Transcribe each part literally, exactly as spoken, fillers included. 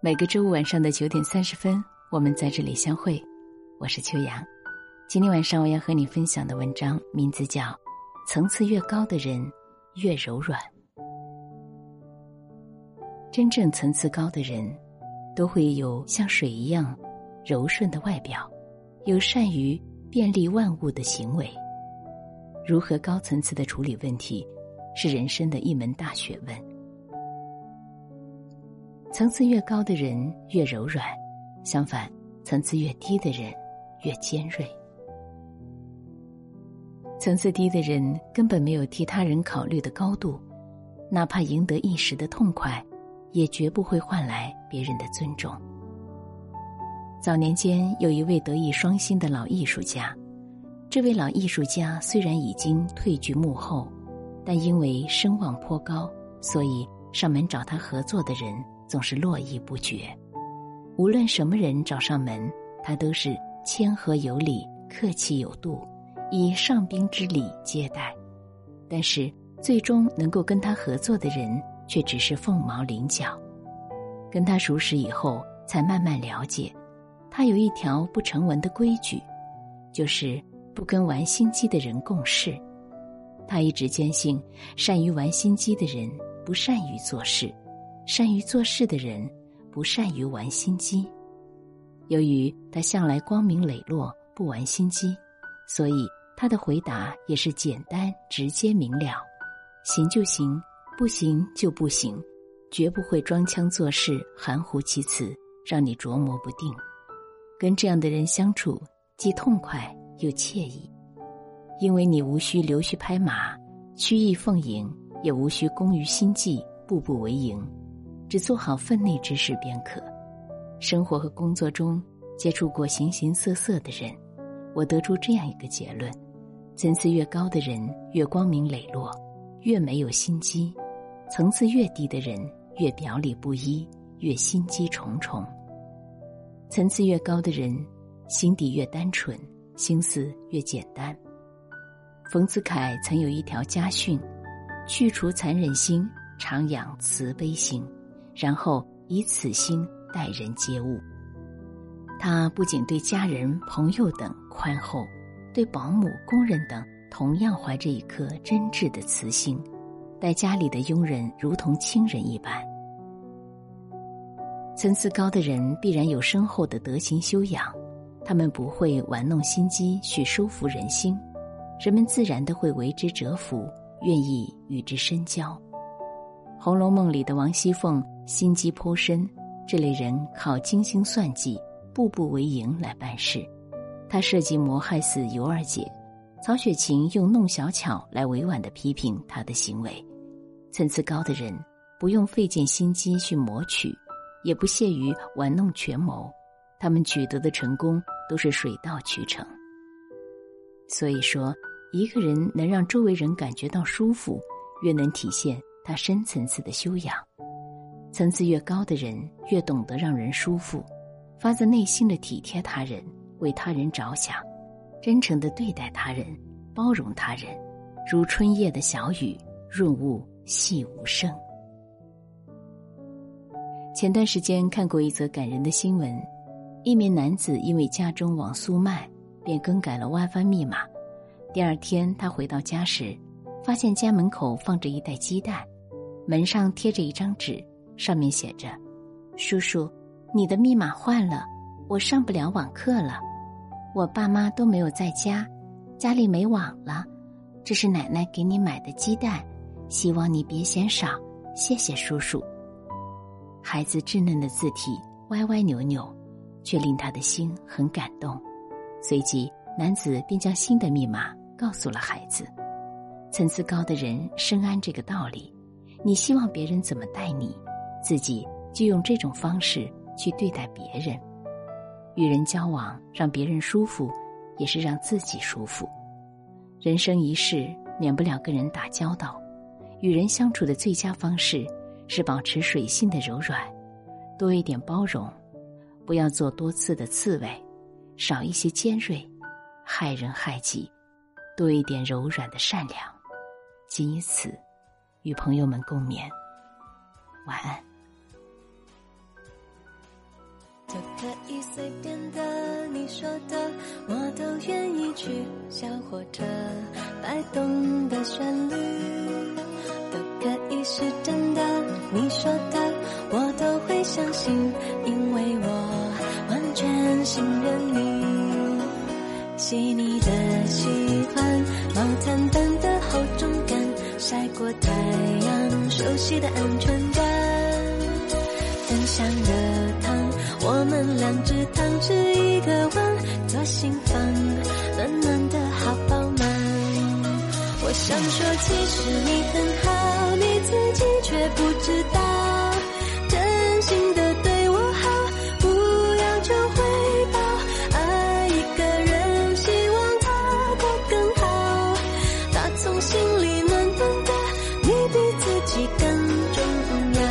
每个周五晚上的九点三十分，我们在这里相会。我是秋阳。今天晚上我要和你分享的文章名字叫《层次越高的人越柔软》。真正层次高的人都会有像水一样柔顺的外表，有善于便利万物的行为。如何高层次的处理问题，是人生的一门大学问。层次越高的人越柔软，相反，层次越低的人越尖锐。层次低的人根本没有替他人考虑的高度，哪怕赢得一时的痛快，也绝不会换来别人的尊重。早年间有一位德艺双馨的老艺术家，这位老艺术家虽然已经退居幕后，但因为声望颇高，所以上门找他合作的人总是络绎不绝。无论什么人找上门，他都是谦和有礼，客气有度，以上宾之礼接待。但是最终能够跟他合作的人却只是凤毛麟角。跟他熟识以后，才慢慢了解，他有一条不成文的规矩，就是不跟玩心机的人共事。他一直坚信，善于玩心机的人不善于做事，善于做事的人不善于玩心机。由于他向来光明磊落，不玩心机，所以他的回答也是简单直接明了，行就行，不行就不行，绝不会装腔作势，含糊其辞，让你琢磨不定。跟这样的人相处，既痛快又惬意，因为你无需溜须拍马，曲意奉迎，也无需工于心计，步步为营，只做好分内之事便可。生活和工作中接触过形形色色的人，我得出这样一个结论：层次越高的人越光明磊落，越没有心机；层次越低的人越表里不一，越心机重重。层次越高的人心底越单纯，心思越简单。冯子恺曾有一条家训：去除残忍心，常养慈悲心，然后以此心待人接物。他不仅对家人、朋友等宽厚，对保姆、工人等同样怀着一颗真挚的慈心，待家里的佣人如同亲人一般。层次高的人必然有深厚的德行修养，他们不会玩弄心机去收服人心，人们自然地会为之折服，愿意与之深交。《红楼梦》里的王熙凤心机颇深，这类人靠精心算计，步步为营来办事。他设计谋害死尤二姐，曹雪芹用弄小巧来委婉地批评他的行为。层次高的人不用费尽心机去谋取，也不屑于玩弄权谋，他们取得的成功都是水到渠成。所以说，一个人能让周围人感觉到舒服，越能体现他深层次的修养。层次越高的人越懂得让人舒服，发自内心的体贴他人，为他人着想，真诚地对待他人，包容他人，如春夜的小雨，润物细无声。前段时间看过一则感人的新闻，一名男子因为家中网速慢，便更改了 WiFi 密码。第二天他回到家时，发现家门口放着一袋鸡蛋，门上贴着一张纸，上面写着：叔叔，你的密码换了，我上不了网课了。我爸妈都没有在家，家里没网了，这是奶奶给你买的鸡蛋，希望你别嫌少，谢谢叔叔。孩子稚嫩的字体歪歪扭扭，却令他的心很感动。随即男子便将新的密码告诉了孩子。层次高的人深谙这个道理，你希望别人怎么待你，自己就用这种方式去对待别人。与人交往，让别人舒服，也是让自己舒服。人生一世，免不了跟人打交道，与人相处的最佳方式是保持水性的柔软，多一点包容，不要做多次的刺猬，少一些尖锐，害人害己，多一点柔软的善良。仅以此与朋友们共勉，晚安。 都可以随便的，你说的我都愿意去。小火车摆动的旋律都可以是真的，你说的我都会相信，因为我完全信任你。细腻的喜欢，毛毯般的厚重感，晒过太阳，熟悉的安全感。分享的汤，我们两只汤匙一个碗，左心房暖暖的好饱满。我想说其实你很好，你自己却不知道，真心的对我好，不要求回报，爱一个人希望他过更好，打从心里暖暖的，你比自己更重要。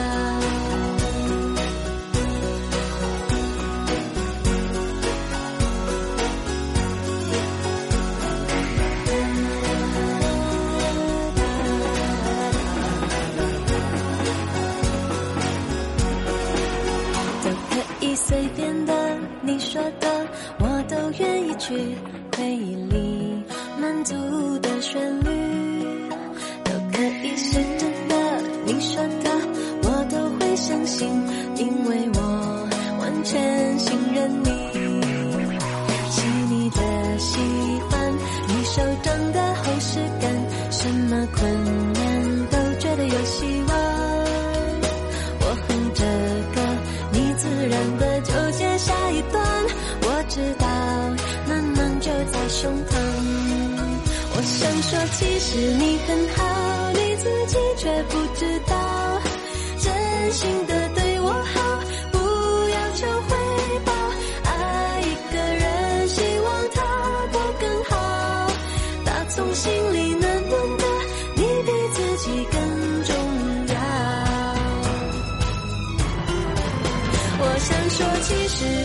随便的，你说的我都愿意去，回忆里满足的旋律都可以是真的，你说的我都会相信，因为我完全信任你。细腻的喜欢，你手掌的厚实感，什么困难都觉得有希望。我哼着歌，你自然的就接下一段，我知道暖暖就在胸膛。我想说其实你很好，你自己却不知道，真心的对我好，不要求回报，爱一个人希望他过更好，打从心里暖暖的，你比自己更重要。我想说其实